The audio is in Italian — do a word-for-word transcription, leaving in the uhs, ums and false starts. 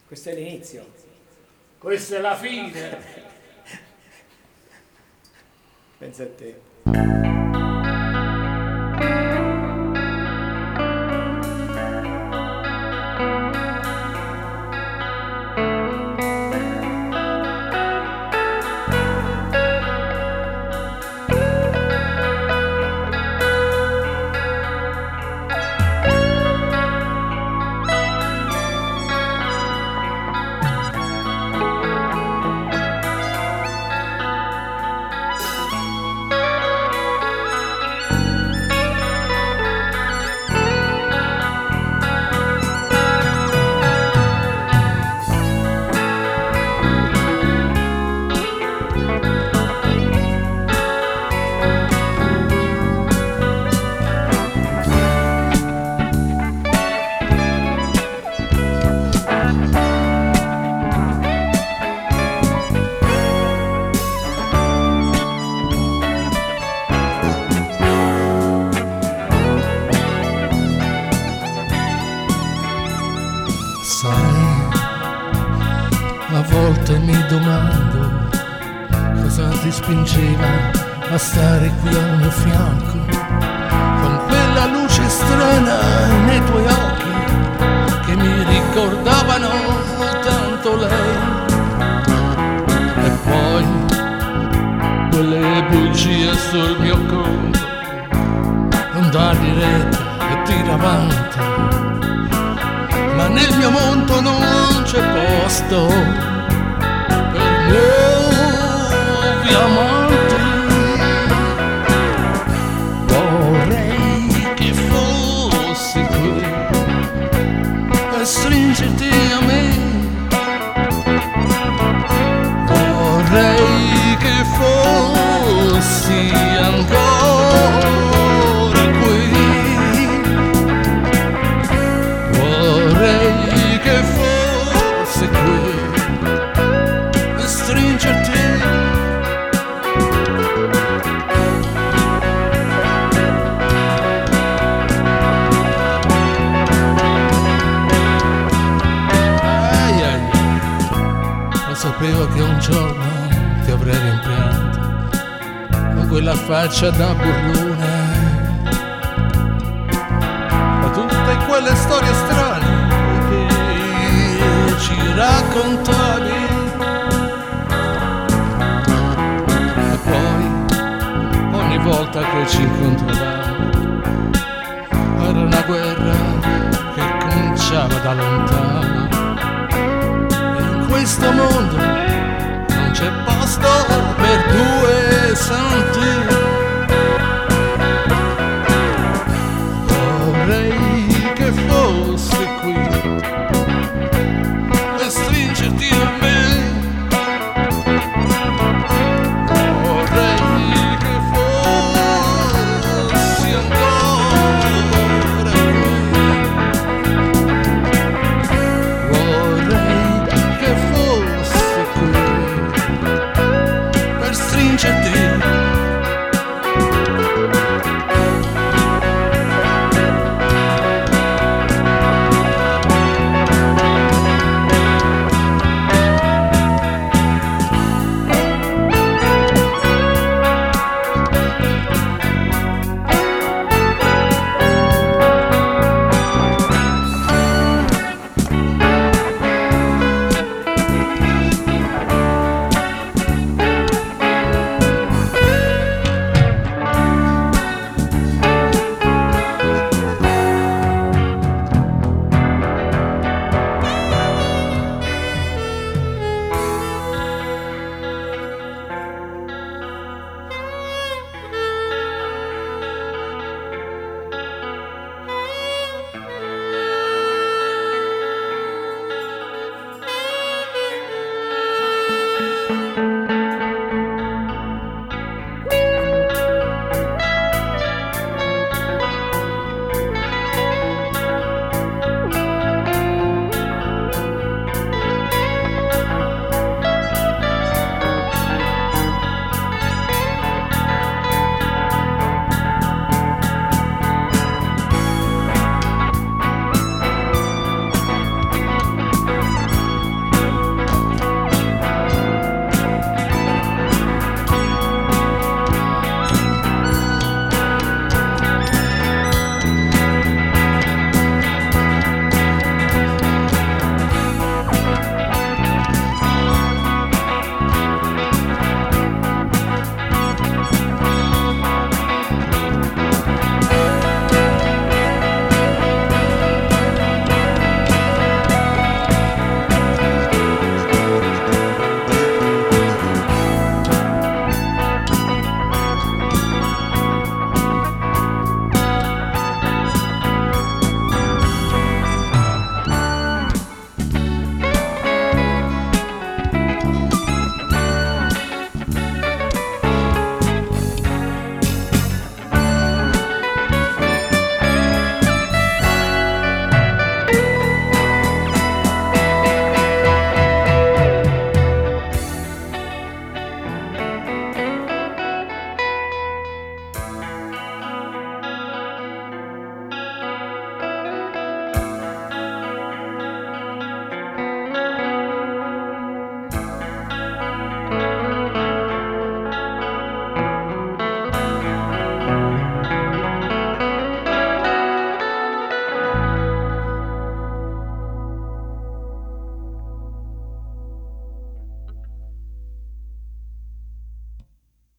Questo è l'inizio. Questa è la fine. Pensa a te. Sai, a volte mi domando cosa ti spingeva a stare qui al mio fianco, con quella luce strana nei tuoi occhi che mi ricordavano tanto lei. E poi quelle bugie sul mio conto, non dargli retta e tira avanti, ma nel mio mondo non c'è posto per nuovi amanti. Vorrei che fossi qui e stringerti a me. Vorrei che fossi ancora qui. Vorrei che fossi qui e stringerti. Ai, ai, ai. Lo sapevo che un giorno ti avrei rimpianto con quella faccia da burlone, ma tutte quelle storie strane che ci raccontavi. E poi ogni volta che ci incontravamo era una guerra che cominciava da lontano. E in questo mondo non c'è posto per due santi.